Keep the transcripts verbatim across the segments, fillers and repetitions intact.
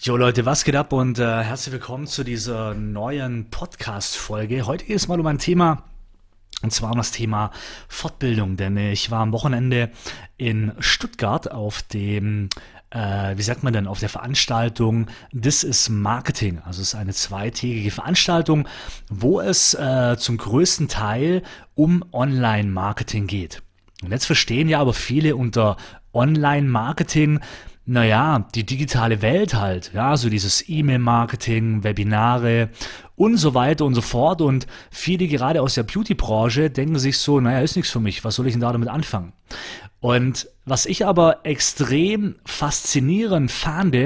Jo Leute, was geht ab und äh, herzlich willkommen zu dieser neuen Podcast-Folge. Heute geht es mal um ein Thema, und zwar um das Thema Fortbildung, denn ich war am Wochenende in Stuttgart auf dem, äh, wie sagt man denn, auf der Veranstaltung This is Marketing. Also es ist eine zweitägige Veranstaltung, wo es äh, zum größten Teil um Online-Marketing geht. Und jetzt verstehen ja aber viele unter Online-Marketing, naja, die digitale Welt halt, ja, so dieses E-Mail-Marketing, Webinare und so weiter und so fort. Und viele gerade aus der Beauty-Branche denken sich so, naja, ist nichts für mich, was soll ich denn da damit anfangen? Und was ich aber extrem faszinierend fand,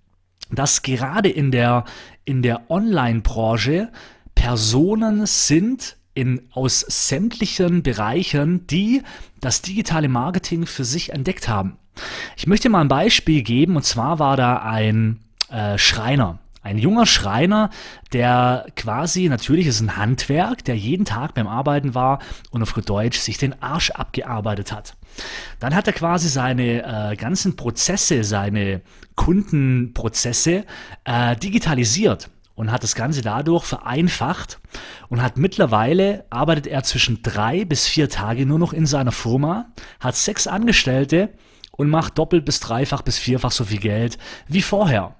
dass gerade in der, in der Online-Branche Personen sind, in, aus sämtlichen Bereichen, die das digitale Marketing für sich entdeckt haben. Ich möchte mal ein Beispiel geben, und zwar war da ein äh, Schreiner, ein junger Schreiner, der quasi, natürlich ist ein Handwerk, der jeden Tag beim Arbeiten war und auf gut Deutsch sich den Arsch abgearbeitet hat. Dann hat er quasi seine äh, ganzen Prozesse, seine Kundenprozesse äh, digitalisiert und hat das Ganze dadurch vereinfacht und hat mittlerweile, arbeitet er zwischen drei bis vier Tage nur noch in seiner Firma, hat sechs Angestellte und macht doppelt bis dreifach bis vierfach so viel Geld wie vorher.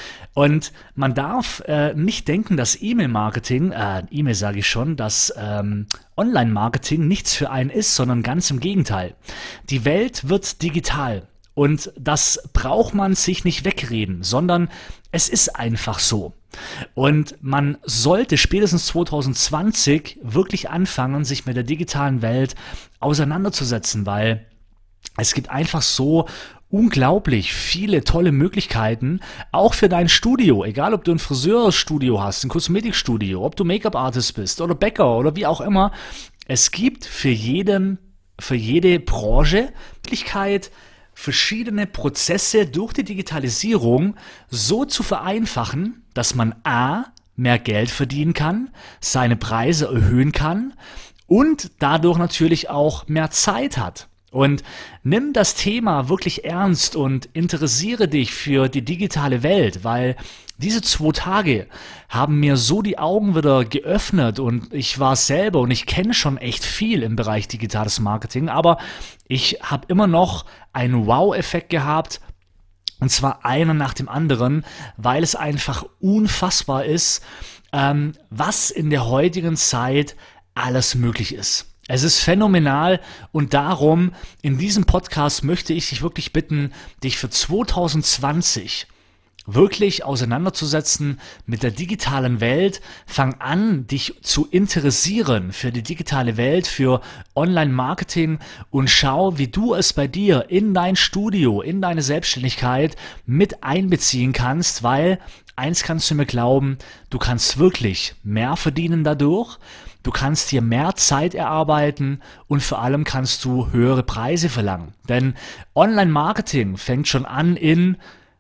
Und man darf äh, nicht denken, dass E-Mail-Marketing, äh, E-Mail sage ich schon, dass ähm, Online-Marketing nichts für einen ist, sondern ganz im Gegenteil. Die Welt wird digital und das braucht man sich nicht wegreden, sondern es ist einfach so. Und man sollte spätestens zwanzig zwanzig wirklich anfangen, sich mit der digitalen Welt auseinanderzusetzen, weil es gibt einfach so unglaublich viele tolle Möglichkeiten, auch für dein Studio, egal ob du ein Friseurstudio hast, ein Kosmetikstudio, ob du Make-up-Artist bist oder Bäcker oder wie auch immer. Es gibt für jeden, für jede Branche Möglichkeit, verschiedene Prozesse durch die Digitalisierung so zu vereinfachen, dass man a. mehr Geld verdienen kann, seine Preise erhöhen kann und dadurch natürlich auch mehr Zeit hat. Und nimm das Thema wirklich ernst und interessiere dich für die digitale Welt, weil diese zwei Tage haben mir so die Augen wieder geöffnet und ich war selber und ich kenne schon echt viel im Bereich digitales Marketing, aber ich habe immer noch einen Wow-Effekt gehabt, und zwar einer nach dem anderen, weil es einfach unfassbar ist, ähm, was in der heutigen Zeit alles möglich ist. Es ist phänomenal und darum, in diesem Podcast möchte ich dich wirklich bitten, dich für zwanzig zwanzig wirklich auseinanderzusetzen mit der digitalen Welt. Fang an, dich zu interessieren für die digitale Welt, für Online-Marketing und schau, wie du es bei dir in dein Studio, in deine Selbstständigkeit mit einbeziehen kannst, weil eins kannst du mir glauben, du kannst wirklich mehr verdienen dadurch. Du kannst dir mehr Zeit erarbeiten und vor allem kannst du höhere Preise verlangen. Denn Online-Marketing fängt schon an in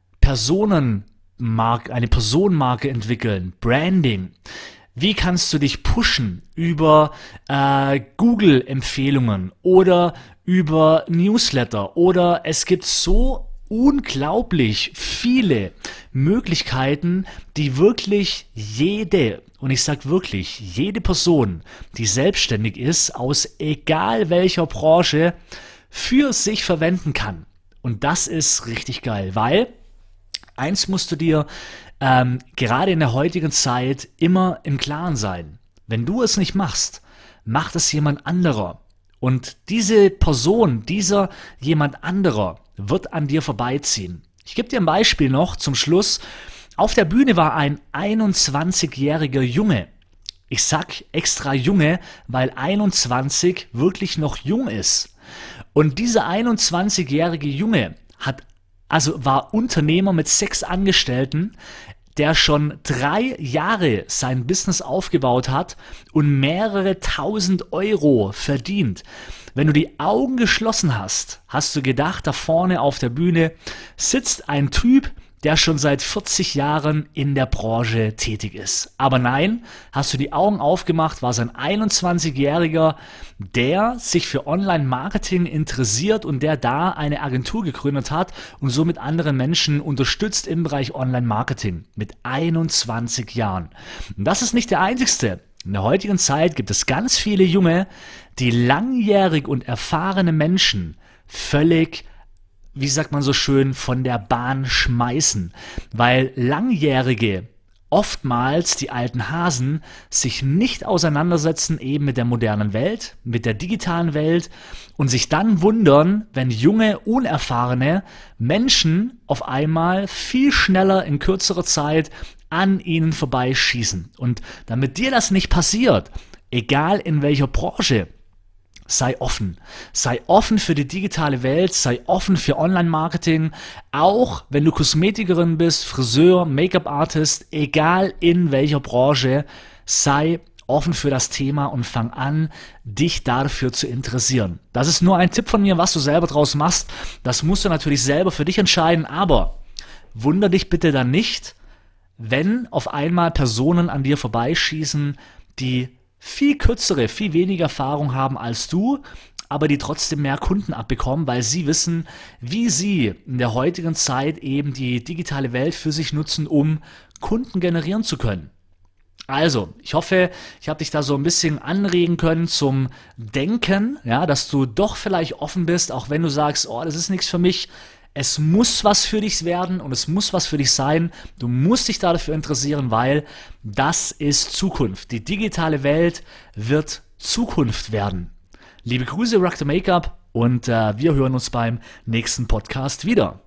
Personenmarke, eine Personenmarke entwickeln, Branding. Wie kannst du dich pushen über äh, Google-Empfehlungen oder über Newsletter? Oder es gibt so unglaublich viele Möglichkeiten, die wirklich jede, und ich sage wirklich, jede Person, die selbstständig ist, aus egal welcher Branche, für sich verwenden kann. Und das ist richtig geil, weil eins musst du dir ähm, gerade in der heutigen Zeit immer im Klaren sein. Wenn du es nicht machst, macht es jemand anderer. Und diese Person, dieser jemand anderer wird an dir vorbeiziehen. Ich gebe dir ein Beispiel noch zum Schluss. Auf der Bühne war ein einundzwanzigjähriger Junge. Ich sag extra Junge, weil einundzwanzig wirklich noch jung ist. Und dieser einundzwanzigjährige Junge hat, also war Unternehmer mit sechs Angestellten, der schon drei Jahre sein Business aufgebaut hat und mehrere tausend Euro verdient. Wenn du die Augen geschlossen hast, hast du gedacht, da vorne auf der Bühne sitzt ein Typ, der schon seit vierzig Jahren in der Branche tätig ist. Aber nein, hast du die Augen aufgemacht, war es ein einundzwanzigjähriger, der sich für Online-Marketing interessiert und der da eine Agentur gegründet hat und somit andere Menschen unterstützt im Bereich Online-Marketing mit einundzwanzig Jahren. Und das ist nicht der einzigste. In der heutigen Zeit gibt es ganz viele Junge, die langjährig und erfahrene Menschen völlig, wie sagt man so schön, von der Bahn schmeißen, weil Langjährige, oftmals die alten Hasen, sich nicht auseinandersetzen eben mit der modernen Welt, mit der digitalen Welt und sich dann wundern, wenn junge, unerfahrene Menschen auf einmal viel schneller in kürzerer Zeit an ihnen vorbeischießen. Und damit dir das nicht passiert, egal in welcher Branche, sei offen. Sei offen für die digitale Welt, sei offen für Online-Marketing, auch wenn du Kosmetikerin bist, Friseur, Make-up-Artist, egal in welcher Branche, sei offen für das Thema und fang an, dich dafür zu interessieren. Das ist nur ein Tipp von mir, was du selber draus machst. Das musst du natürlich selber für dich entscheiden, aber wunder dich bitte dann nicht, wenn auf einmal Personen an dir vorbeischießen, die viel kürzere, viel weniger Erfahrung haben als du, aber die trotzdem mehr Kunden abbekommen, weil sie wissen, wie sie in der heutigen Zeit eben die digitale Welt für sich nutzen, um Kunden generieren zu können. Also, ich hoffe, ich habe dich da so ein bisschen anregen können zum Denken, ja, dass du doch vielleicht offen bist, auch wenn du sagst, oh, das ist nichts für mich. Es muss was für dich werden und es muss was für dich sein. Du musst dich dafür interessieren, weil das ist Zukunft. Die digitale Welt wird Zukunft werden. Liebe Grüße, Rock the Make-up und äh, wir hören uns beim nächsten Podcast wieder.